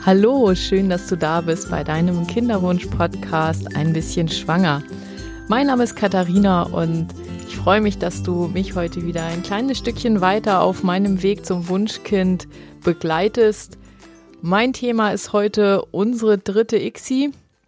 Hallo, schön, dass du da bist bei deinem Kinderwunsch-Podcast Ein bisschen schwanger. Mein Name ist Katharina und ich freue mich, dass du mich heute wieder ein kleines Stückchen weiter auf meinem Weg zum Wunschkind begleitest. Mein Thema ist heute unsere dritte ICSI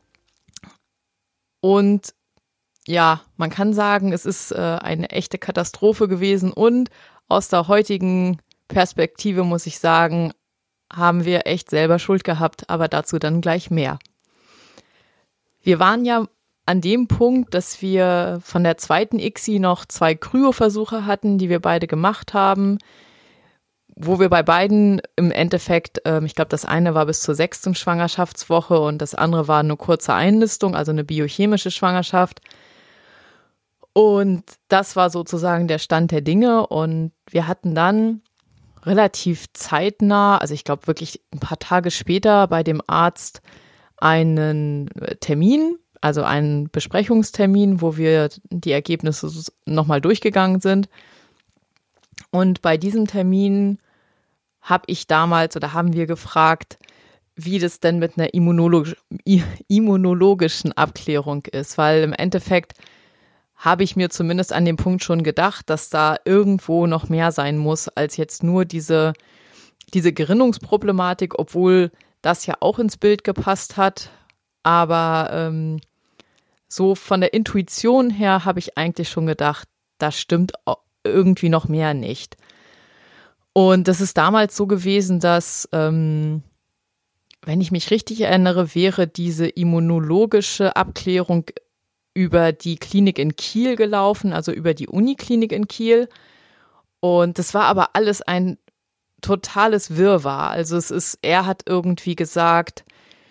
und ja, man kann sagen, es ist eine echte Katastrophe gewesen und aus der heutigen Perspektive muss ich sagen, haben wir echt selber Schuld gehabt, aber dazu dann gleich mehr. Wir waren ja an dem Punkt, dass wir von der zweiten ICSI noch 2 Kryoversuche hatten, die wir beide gemacht haben, wo wir bei beiden im Endeffekt, ich glaube, das eine war bis zur 6. Schwangerschaftswoche und das andere war eine kurze Einnistung, also eine biochemische Schwangerschaft. Und das war sozusagen der Stand der Dinge und wir hatten dann relativ zeitnah, also ich glaube wirklich ein paar Tage später bei dem Arzt einen Termin, also einen Besprechungstermin, wo wir die Ergebnisse nochmal durchgegangen sind. Und bei diesem Termin haben wir gefragt, wie das denn mit einer immunologischen Abklärung ist, weil im Endeffekt habe ich mir zumindest an dem Punkt schon gedacht, dass da irgendwo noch mehr sein muss, als jetzt nur diese Gerinnungsproblematik, obwohl das ja auch ins Bild gepasst hat. Aber so von der Intuition her habe ich eigentlich schon gedacht, da stimmt irgendwie noch mehr nicht. Und das ist damals so gewesen, dass, wenn ich mich richtig erinnere, wäre diese immunologische Abklärung über die Klinik in Kiel gelaufen, also über die Uniklinik in Kiel. Und das war aber alles ein totales Wirrwarr. Also er hat irgendwie gesagt,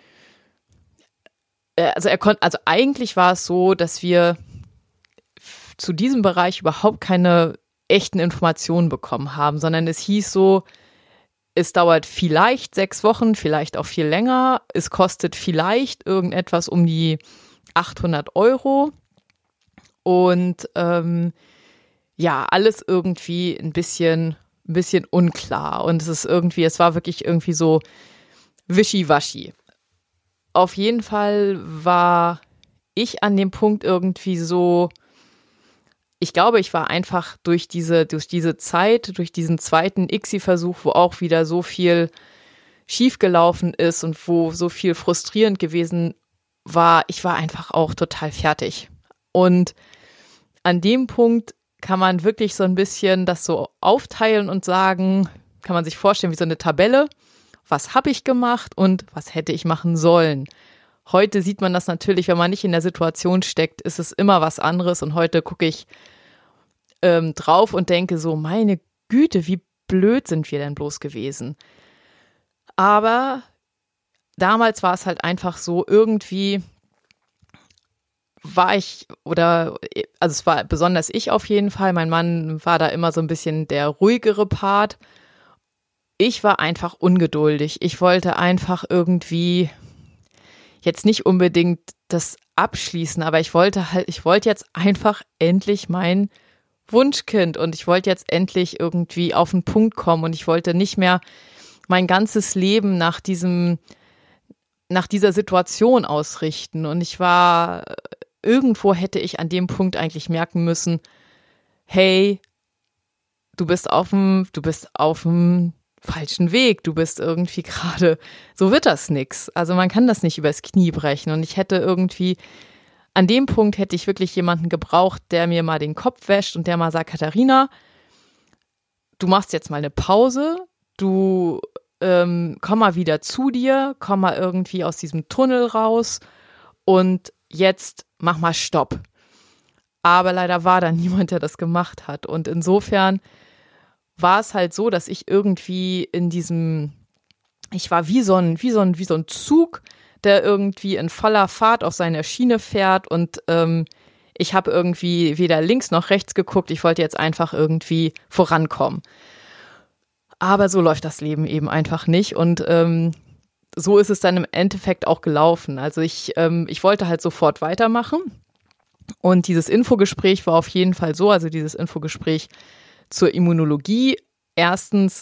also eigentlich war es so, dass wir zu diesem Bereich überhaupt keine echten Informationen bekommen haben, sondern es hieß so, es dauert vielleicht 6 Wochen, vielleicht auch viel länger. Es kostet vielleicht irgendetwas um die 800 € und alles irgendwie ein bisschen unklar und es war wirklich irgendwie so wischiwaschi. Auf jeden Fall war ich an dem Punkt irgendwie so, ich glaube, ich war einfach durch diese Zeit, durch diesen zweiten ICSI-Versuch, wo auch wieder so viel schiefgelaufen ist und wo so viel frustrierend gewesen ich war einfach auch total fertig. Und an dem Punkt kann man wirklich so ein bisschen das so aufteilen und sagen, kann man sich vorstellen wie so eine Tabelle, was habe ich gemacht und was hätte ich machen sollen. Heute sieht man das natürlich, wenn man nicht in der Situation steckt, ist es immer was anderes und heute gucke ich drauf und denke so, meine Güte, wie blöd sind wir denn bloß gewesen. Aber damals war es halt einfach so, irgendwie es war besonders ich auf jeden Fall, mein Mann war da immer so ein bisschen der ruhigere Part. Ich war einfach ungeduldig. Ich wollte einfach irgendwie jetzt nicht unbedingt das abschließen, aber ich wollte jetzt einfach endlich mein Wunschkind und ich wollte jetzt endlich irgendwie auf den Punkt kommen und ich wollte nicht mehr mein ganzes Leben nach dieser Situation ausrichten. Und irgendwo hätte ich an dem Punkt eigentlich merken müssen, hey, du bist auf dem falschen Weg, du bist irgendwie gerade, so wird das nix. Also man kann das nicht übers Knie brechen. Und an dem Punkt hätte ich wirklich jemanden gebraucht, der mir mal den Kopf wäscht und der mal sagt, Katharina, du machst jetzt mal eine Pause, du komm mal wieder zu dir, komm mal irgendwie aus diesem Tunnel raus und jetzt mach mal Stopp. Aber leider war da niemand, der das gemacht hat. Und insofern war es halt so, dass ich irgendwie ich war wie so ein Zug, der irgendwie in voller Fahrt auf seiner Schiene fährt und ich habe irgendwie weder links noch rechts geguckt. Ich wollte jetzt einfach irgendwie vorankommen. Aber so läuft das Leben eben einfach nicht und so ist es dann im Endeffekt auch gelaufen. Also ich wollte halt sofort weitermachen und dieses Infogespräch war auf jeden Fall so, also dieses Infogespräch zur Immunologie. Erstens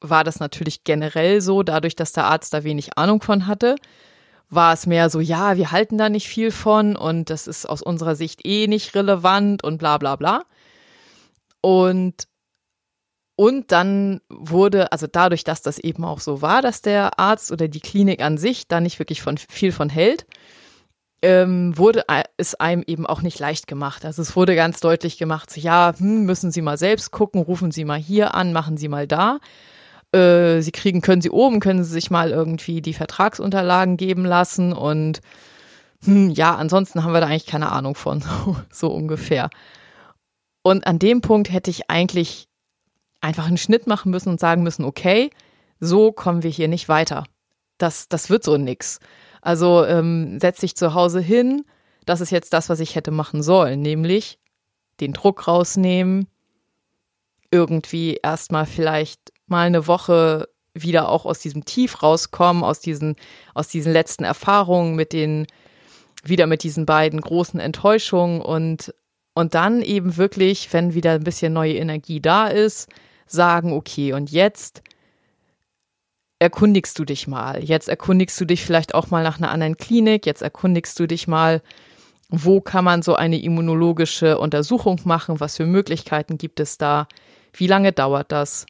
war das natürlich generell so, dadurch, dass der Arzt da wenig Ahnung von hatte, war es mehr so, ja, wir halten da nicht viel von und das ist aus unserer Sicht eh nicht relevant und bla bla bla. Und dann wurde, also dadurch, dass das eben auch so war, dass der Arzt oder die Klinik an sich da nicht wirklich viel von hält, wurde es einem eben auch nicht leicht gemacht. Also es wurde ganz deutlich gemacht, so, ja, müssen Sie mal selbst gucken, rufen Sie mal hier an, machen Sie mal da. Können Sie sich mal irgendwie die Vertragsunterlagen geben lassen und ja, ansonsten haben wir da eigentlich keine Ahnung von, so ungefähr. Und an dem Punkt hätte ich eigentlich einfach einen Schnitt machen müssen und sagen müssen, okay, so kommen wir hier nicht weiter. Das wird so nix. Also setz dich zu Hause hin, das ist jetzt das, was ich hätte machen sollen, nämlich den Druck rausnehmen, irgendwie erstmal vielleicht mal eine Woche wieder auch aus diesem Tief rauskommen, aus diesen letzten Erfahrungen mit diesen beiden großen Enttäuschungen und dann eben wirklich, wenn wieder ein bisschen neue Energie da ist, sagen, okay, und jetzt erkundigst du dich mal. Jetzt erkundigst du dich vielleicht auch mal nach einer anderen Klinik. Jetzt erkundigst du dich mal, wo kann man so eine immunologische Untersuchung machen? Was für Möglichkeiten gibt es da? Wie lange dauert das?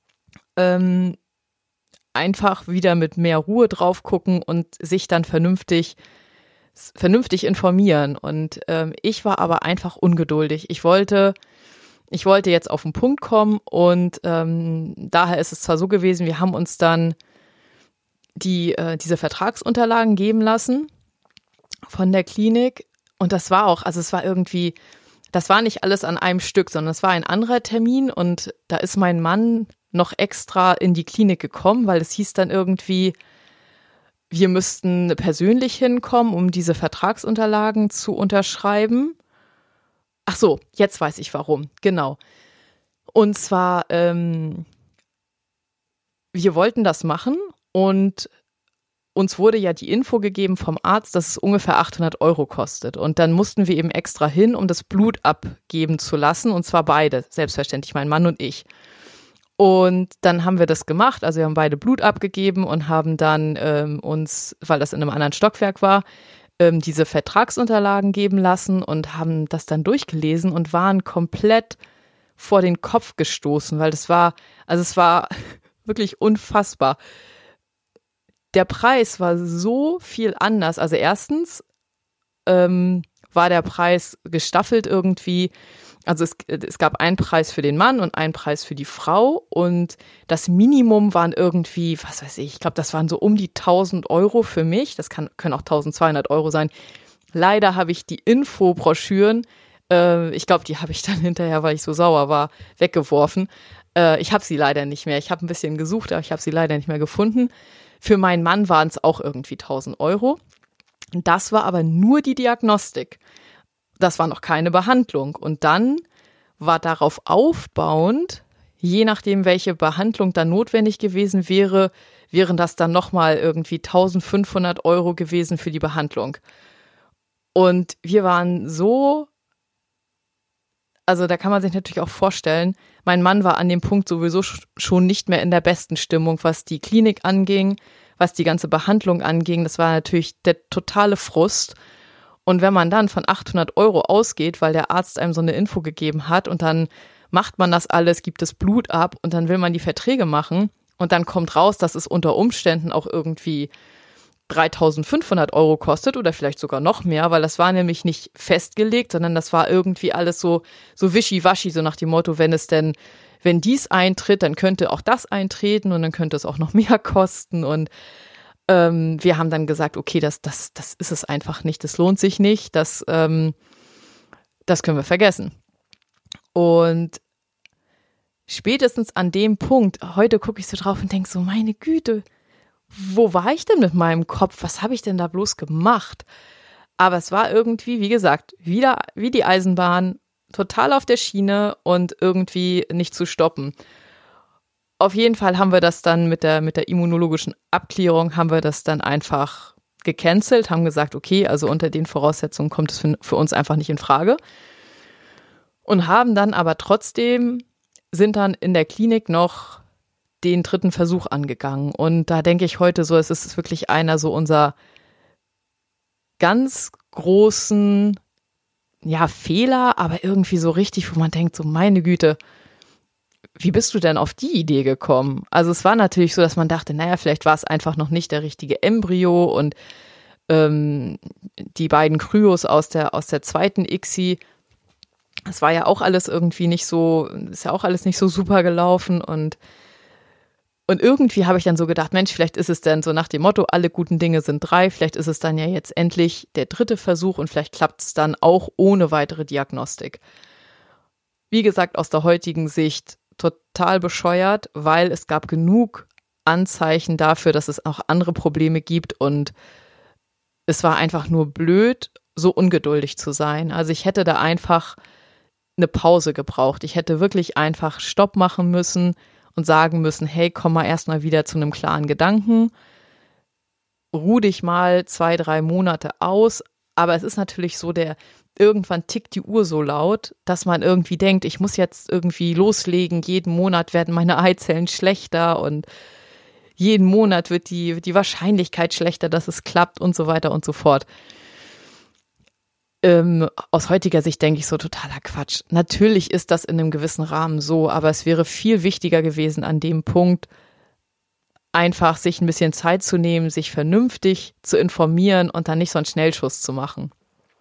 Einfach wieder mit mehr Ruhe drauf gucken und sich dann vernünftig informieren. Und ich war aber einfach ungeduldig. Ich wollte jetzt auf den Punkt kommen und daher ist es zwar so gewesen, wir haben uns dann diese Vertragsunterlagen geben lassen von der Klinik und das war auch, also es war irgendwie, das war nicht alles an einem Stück, sondern es war ein anderer Termin und da ist mein Mann noch extra in die Klinik gekommen, weil es hieß dann irgendwie, wir müssten persönlich hinkommen, um diese Vertragsunterlagen zu unterschreiben. Ach so, jetzt weiß ich warum, genau. Und zwar, wir wollten das machen und uns wurde ja die Info gegeben vom Arzt, dass es ungefähr 800 € kostet. Und dann mussten wir eben extra hin, um das Blut abgeben zu lassen, und zwar beide, selbstverständlich, mein Mann und ich. Und dann haben wir das gemacht, also wir haben beide Blut abgegeben und haben dann uns, weil das in einem anderen Stockwerk war, diese Vertragsunterlagen geben lassen und haben das dann durchgelesen und waren komplett vor den Kopf gestoßen, weil es war wirklich unfassbar. Der Preis war so viel anders. Also erstens war der Preis gestaffelt irgendwie. Also es gab einen Preis für den Mann und einen Preis für die Frau und das Minimum waren irgendwie, was weiß ich glaube, das waren so um die 1.000 € für mich. Das können auch 1.200 € sein. Leider habe ich die Infobroschüren, ich glaube, die habe ich dann hinterher, weil ich so sauer war, weggeworfen. Ich habe sie leider nicht mehr. Ich habe ein bisschen gesucht, aber ich habe sie leider nicht mehr gefunden. Für meinen Mann waren es auch irgendwie 1.000 €. Das war aber nur die Diagnostik. Das war noch keine Behandlung. Und dann war darauf aufbauend, je nachdem, welche Behandlung dann notwendig gewesen wäre, wären das dann nochmal irgendwie 1.500 € gewesen für die Behandlung. Und wir waren so, also da kann man sich natürlich auch vorstellen, mein Mann war an dem Punkt sowieso schon nicht mehr in der besten Stimmung, was die Klinik anging, was die ganze Behandlung anging. Das war natürlich der totale Frust. Und wenn man dann von 800 € ausgeht, weil der Arzt einem so eine Info gegeben hat und dann macht man das alles, gibt das Blut ab und dann will man die Verträge machen und dann kommt raus, dass es unter Umständen auch irgendwie 3.500 € kostet oder vielleicht sogar noch mehr, weil das war nämlich nicht festgelegt, sondern das war irgendwie alles so wischiwaschi, so nach dem Motto, wenn dies eintritt, dann könnte auch das eintreten und dann könnte es auch noch mehr kosten und wir haben dann gesagt, okay, das ist es einfach nicht, das lohnt sich nicht, das können wir vergessen. Und spätestens an dem Punkt, heute gucke ich so drauf und denke so, meine Güte, wo war ich denn mit meinem Kopf? Was habe ich denn da bloß gemacht? Aber es war irgendwie, wie gesagt, wieder wie die Eisenbahn, total auf der Schiene und irgendwie nicht zu stoppen. Auf jeden Fall haben wir das dann mit der immunologischen Abklärung haben wir das dann einfach gecancelt, haben gesagt, okay, also unter den Voraussetzungen kommt es für uns einfach nicht in Frage. Und haben dann aber trotzdem, sind dann in der Klinik noch den dritten Versuch angegangen. Und da denke ich heute so, es ist wirklich einer so unserer ganz großen, ja, Fehler, aber irgendwie so richtig, wo man denkt, so meine Güte, wie bist du denn auf die Idee gekommen? Also es war natürlich so, dass man dachte, naja, vielleicht war es einfach noch nicht der richtige Embryo und die beiden Kryos aus der zweiten ICSI, das war ja auch alles irgendwie nicht so, ist ja auch alles nicht so super gelaufen und irgendwie habe ich dann so gedacht, Mensch, vielleicht ist es dann so nach dem Motto, alle guten Dinge sind drei, vielleicht ist es dann ja jetzt endlich der dritte Versuch und vielleicht klappt es dann auch ohne weitere Diagnostik. Wie gesagt, aus der heutigen Sicht total bescheuert, weil es gab genug Anzeichen dafür, dass es auch andere Probleme gibt und es war einfach nur blöd, so ungeduldig zu sein. Also ich hätte da einfach eine Pause gebraucht. Ich hätte wirklich einfach Stopp machen müssen und sagen müssen, hey, komm mal erstmal wieder zu einem klaren Gedanken. Ruh dich mal 2-3 Monate aus. Aber es ist natürlich so, irgendwann tickt die Uhr so laut, dass man irgendwie denkt, ich muss jetzt irgendwie loslegen. Jeden Monat werden meine Eizellen schlechter und jeden Monat wird die Wahrscheinlichkeit schlechter, dass es klappt und so weiter und so fort. Aus heutiger Sicht denke ich so totaler Quatsch. Natürlich ist das in einem gewissen Rahmen so, aber es wäre viel wichtiger gewesen an dem Punkt, einfach sich ein bisschen Zeit zu nehmen, sich vernünftig zu informieren und dann nicht so einen Schnellschuss zu machen.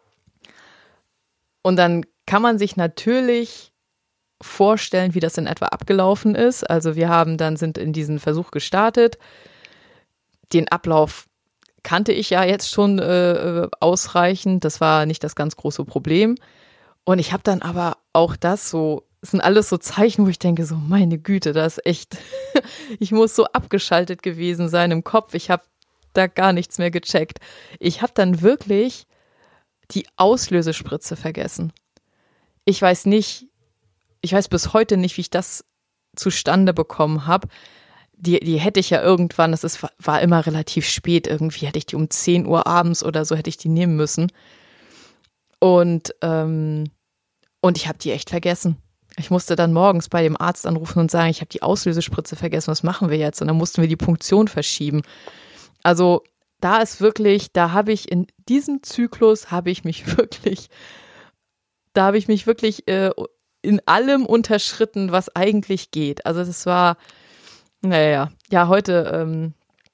Und dann kann man sich natürlich vorstellen, wie das in etwa abgelaufen ist. Also wir sind in diesen Versuch gestartet. Den Ablauf kannte ich ja jetzt schon ausreichend. Das war nicht das ganz große Problem. Und ich habe dann aber auch das sind alles so Zeichen, wo ich denke, so meine Güte, das ist echt, ich muss so abgeschaltet gewesen sein im Kopf. Ich habe da gar nichts mehr gecheckt. Ich habe dann wirklich die Auslösespritze vergessen. Ich weiß bis heute nicht, wie ich das zustande bekommen habe. Die hätte ich ja irgendwann, war immer relativ spät, irgendwie hätte ich die um 10 Uhr abends oder so hätte ich die nehmen müssen. Und ich habe die echt vergessen. Ich musste dann morgens bei dem Arzt anrufen und sagen, ich habe die Auslösespritze vergessen, was machen wir jetzt? Und dann mussten wir die Punktion verschieben. Also da habe ich in diesem Zyklus, da habe ich mich wirklich in allem unterschritten, was eigentlich geht. Also das war, naja, ja, heute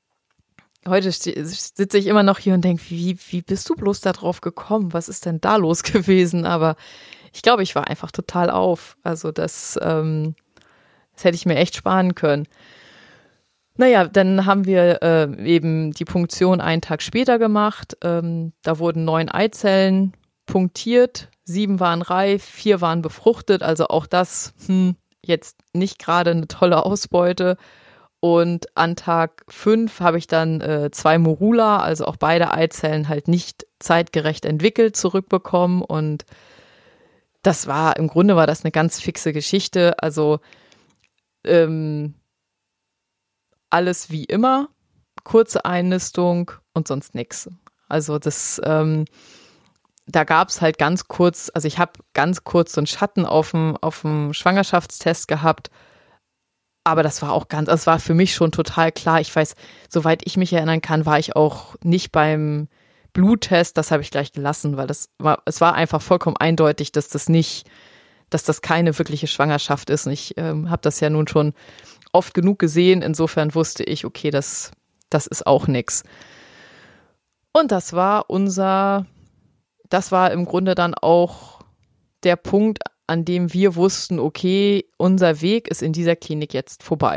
sitze ich immer noch hier und denke, wie bist du bloß da drauf gekommen? Was ist denn da los gewesen? Aber ich glaube, ich war einfach total auf. Also das hätte ich mir echt sparen können. Naja, dann haben wir eben die Punktion einen Tag später gemacht. Da wurden 9 Eizellen punktiert, 7 waren reif, 4 waren befruchtet. Also auch das jetzt nicht gerade eine tolle Ausbeute. Und an Tag 5 habe ich dann 2 Morula, also auch beide Eizellen halt nicht zeitgerecht entwickelt, zurückbekommen. Und im Grunde war das eine ganz fixe Geschichte. Also alles wie immer, kurze Einnistung und sonst nichts. Also da gab es halt ganz kurz, also ich habe ganz kurz so einen Schatten auf dem Schwangerschaftstest gehabt, aber das war für mich schon total klar. Ich weiß, soweit ich mich erinnern kann, war ich auch nicht beim Bluttest, das habe ich gleich gelassen, weil es war einfach vollkommen eindeutig, dass das keine wirkliche Schwangerschaft ist. Und ich habe das ja nun schon oft genug gesehen. Insofern wusste ich, okay, das ist auch nix. Und das war im Grunde dann auch der Punkt, an dem wir wussten, okay, unser Weg ist in dieser Klinik jetzt vorbei.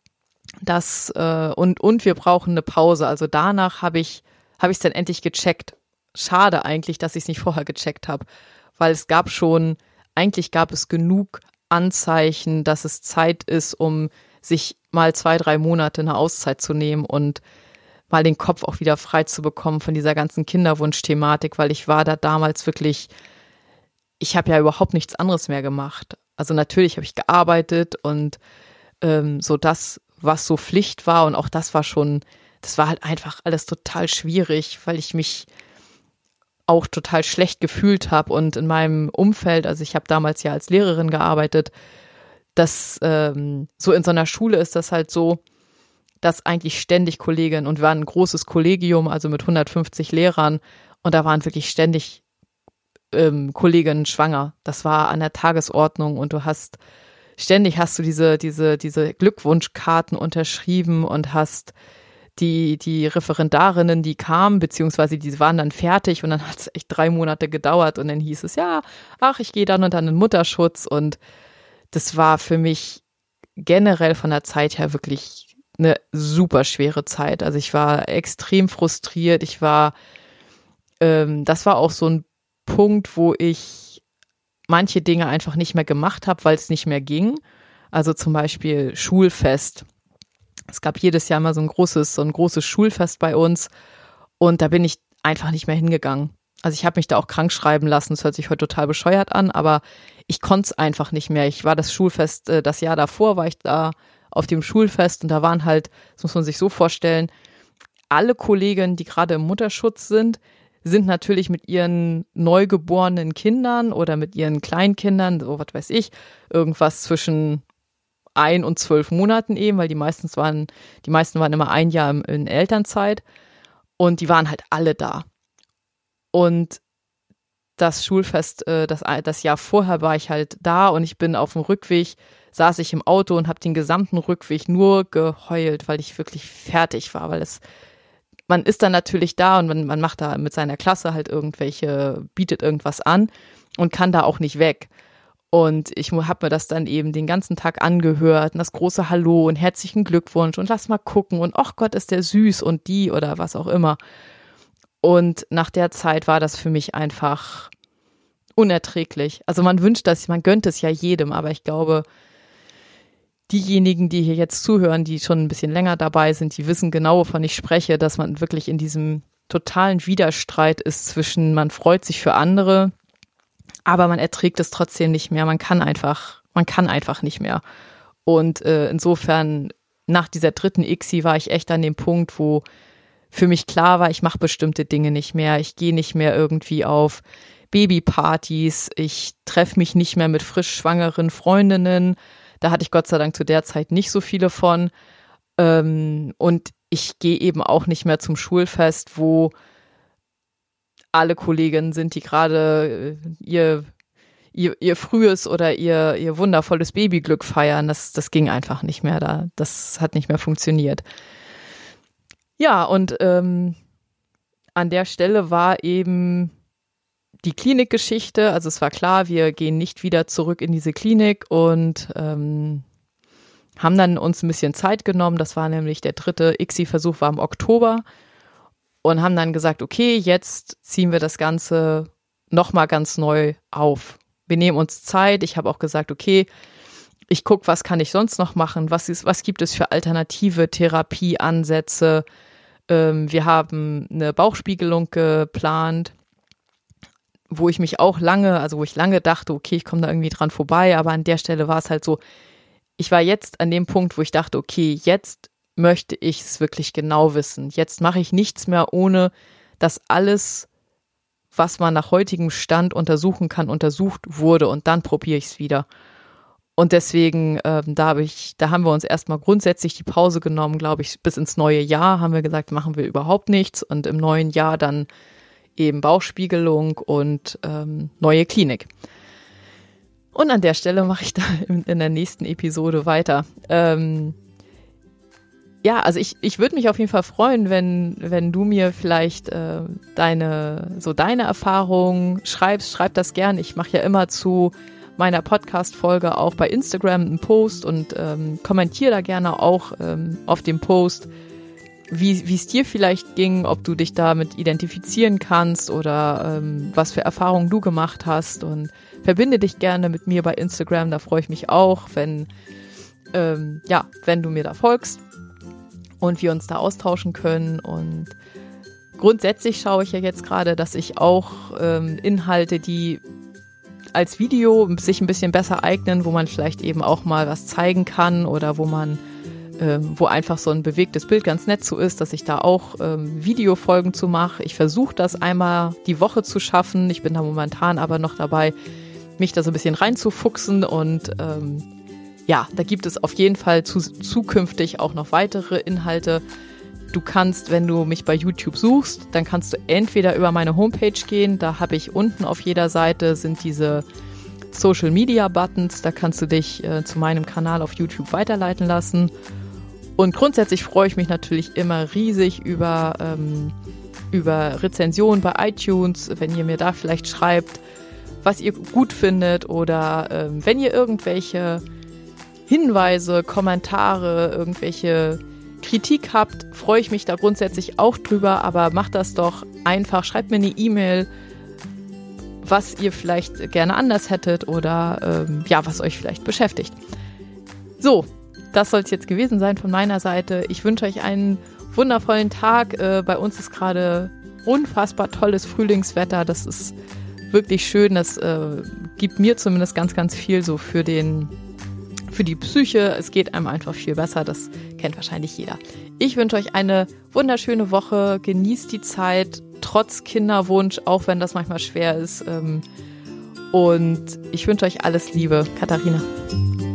Und wir brauchen eine Pause. Also danach habe ich es dann endlich gecheckt. Schade eigentlich, dass ich es nicht vorher gecheckt habe, weil eigentlich gab es genug Anzeichen, dass es Zeit ist, um sich mal 2-3 Monate eine Auszeit zu nehmen und mal den Kopf auch wieder frei zu bekommen von dieser ganzen Kinderwunsch-Thematik, weil ich war da damals wirklich, ich habe ja überhaupt nichts anderes mehr gemacht. Also natürlich habe ich gearbeitet und so das, was so Pflicht war und auch das war halt einfach alles total schwierig, weil ich mich auch total schlecht gefühlt habe und in meinem Umfeld, also ich habe damals ja als Lehrerin gearbeitet, das so in so einer Schule ist das halt so, dass eigentlich ständig Kolleginnen, und wir waren ein großes Kollegium, also mit 150 Lehrern, und da waren wirklich ständig Kolleginnen schwanger. Das war an der Tagesordnung, und ständig hast du diese Glückwunschkarten unterschrieben und hast die Referendarinnen, die kamen, beziehungsweise die waren dann fertig, und dann hat es echt 3 Monate gedauert, und dann hieß es, ja, ich gehe dann und dann in Mutterschutz, und das war für mich generell von der Zeit her wirklich eine super schwere Zeit. Also ich war extrem frustriert. Das war auch so ein Punkt, wo ich manche Dinge einfach nicht mehr gemacht habe, weil es nicht mehr ging. Also zum Beispiel Schulfest. Es gab jedes Jahr mal so ein großes Schulfest bei uns, und da bin ich einfach nicht mehr hingegangen. Also ich habe mich da auch krank schreiben lassen. Das hört sich heute total bescheuert an, aber ich konnte es einfach nicht mehr. Ich war das Schulfest, das Jahr davor war ich da auf dem Schulfest, und da waren halt, das muss man sich so vorstellen, alle Kolleginnen, die gerade im Mutterschutz sind natürlich mit ihren neugeborenen Kindern oder mit ihren Kleinkindern, so was weiß ich, irgendwas zwischen 1 und 12 Monaten eben, weil die meisten waren immer ein Jahr in Elternzeit, und die waren halt alle da. Und das Schulfest, das Jahr vorher war ich halt da, und ich bin auf dem Rückweg, saß ich im Auto und habe den gesamten Rückweg nur geheult, weil ich wirklich fertig war, weil man ist dann natürlich da, und man macht da mit seiner Klasse halt bietet irgendwas an und kann da auch nicht weg. Und ich habe mir das dann eben den ganzen Tag angehört, und das große Hallo und herzlichen Glückwunsch und lass mal gucken und ach Gott, ist der süß und die oder was auch immer. Und nach der Zeit war das für mich einfach unerträglich. Also man gönnt es ja jedem, aber ich glaube, diejenigen, die hier jetzt zuhören, die schon ein bisschen länger dabei sind, die wissen genau, wovon ich spreche, dass man wirklich in diesem totalen Widerstreit ist zwischen, man freut sich für andere, aber man erträgt es trotzdem nicht mehr. Man kann einfach nicht mehr. Und insofern, nach dieser 3. ICSI war ich echt an dem Punkt, wo für mich klar war, ich mache bestimmte Dinge nicht mehr. Ich gehe nicht mehr irgendwie auf Babypartys. Ich treffe mich nicht mehr mit frisch schwangeren Freundinnen. Da hatte ich Gott sei Dank zu der Zeit nicht so viele von. Und ich gehe eben auch nicht mehr zum Schulfest, wo alle Kolleginnen sind, die gerade ihr frühes oder ihr wundervolles Babyglück feiern. Das ging einfach nicht mehr. Das hat nicht mehr funktioniert. Ja, und an der Stelle war eben die Klinikgeschichte, also es war klar, wir gehen nicht wieder zurück in diese Klinik, und haben dann uns ein bisschen Zeit genommen. Das war nämlich der 3. ICSI-Versuch, war im Oktober, und haben dann gesagt, okay, jetzt ziehen wir das Ganze nochmal ganz neu auf. Wir nehmen uns Zeit. Ich habe auch gesagt, okay, ich gucke, was kann ich sonst noch machen? Was gibt es für alternative Therapieansätze? Wir haben eine Bauchspiegelung geplant, wo ich lange dachte, okay, ich komme da irgendwie dran vorbei, aber an der Stelle war es halt so, ich war jetzt an dem Punkt, wo ich dachte, okay, jetzt möchte ich es wirklich genau wissen. Jetzt mache ich nichts mehr, ohne dass alles, was man nach heutigem Stand untersuchen kann, untersucht wurde, und dann probiere ich es wieder. Und deswegen, da haben wir uns erstmal grundsätzlich die Pause genommen, glaube ich, bis ins neue Jahr haben wir gesagt, machen wir überhaupt nichts, und im neuen Jahr dann eben Bauchspiegelung und neue Klinik. Und an der Stelle mache ich da in der nächsten Episode weiter. Ja, also ich würde mich auf jeden Fall freuen, wenn du mir vielleicht deine Erfahrungen schreibst. Schreib das gern. Ich mache ja immer zu meiner Podcast-Folge auch bei Instagram einen Post, und kommentiere da gerne auch auf dem Post, wie es dir vielleicht ging, ob du dich damit identifizieren kannst oder was für Erfahrungen du gemacht hast, und verbinde dich gerne mit mir bei Instagram, da freue ich mich auch, wenn du mir da folgst und wir uns da austauschen können. Und grundsätzlich schaue ich ja jetzt gerade, dass ich auch Inhalte, die als Video sich ein bisschen besser eignen, wo man vielleicht eben auch mal was zeigen kann oder wo einfach so ein bewegtes Bild ganz nett so ist, dass ich da auch Videofolgen zu mache. Ich versuche das einmal die Woche zu schaffen. Ich bin da momentan aber noch dabei, mich da so ein bisschen reinzufuchsen, und ja, da gibt es auf jeden Fall zukünftig auch noch weitere Inhalte. Du kannst, wenn du mich bei YouTube suchst, dann kannst du entweder über meine Homepage gehen, da habe ich unten auf jeder Seite sind diese Social Media Buttons, da kannst du dich zu meinem Kanal auf YouTube weiterleiten lassen. Und grundsätzlich freue ich mich natürlich immer riesig über Rezensionen bei iTunes, wenn ihr mir da vielleicht schreibt, was ihr gut findet oder wenn ihr irgendwelche Hinweise, Kommentare, irgendwelche Kritik habt, freue ich mich da grundsätzlich auch drüber, aber macht das doch einfach, schreibt mir eine E-Mail, was ihr vielleicht gerne anders hättet oder was euch vielleicht beschäftigt. So, das soll es jetzt gewesen sein von meiner Seite. Ich wünsche euch einen wundervollen Tag. Bei uns ist gerade unfassbar tolles Frühlingswetter. Das ist wirklich schön. Das gibt mir zumindest ganz, ganz viel so für die Psyche. Es geht einem einfach viel besser. Das kennt wahrscheinlich jeder. Ich wünsche euch eine wunderschöne Woche. Genießt die Zeit, trotz Kinderwunsch, auch wenn das manchmal schwer ist. Und ich wünsche euch alles Liebe. Katharina.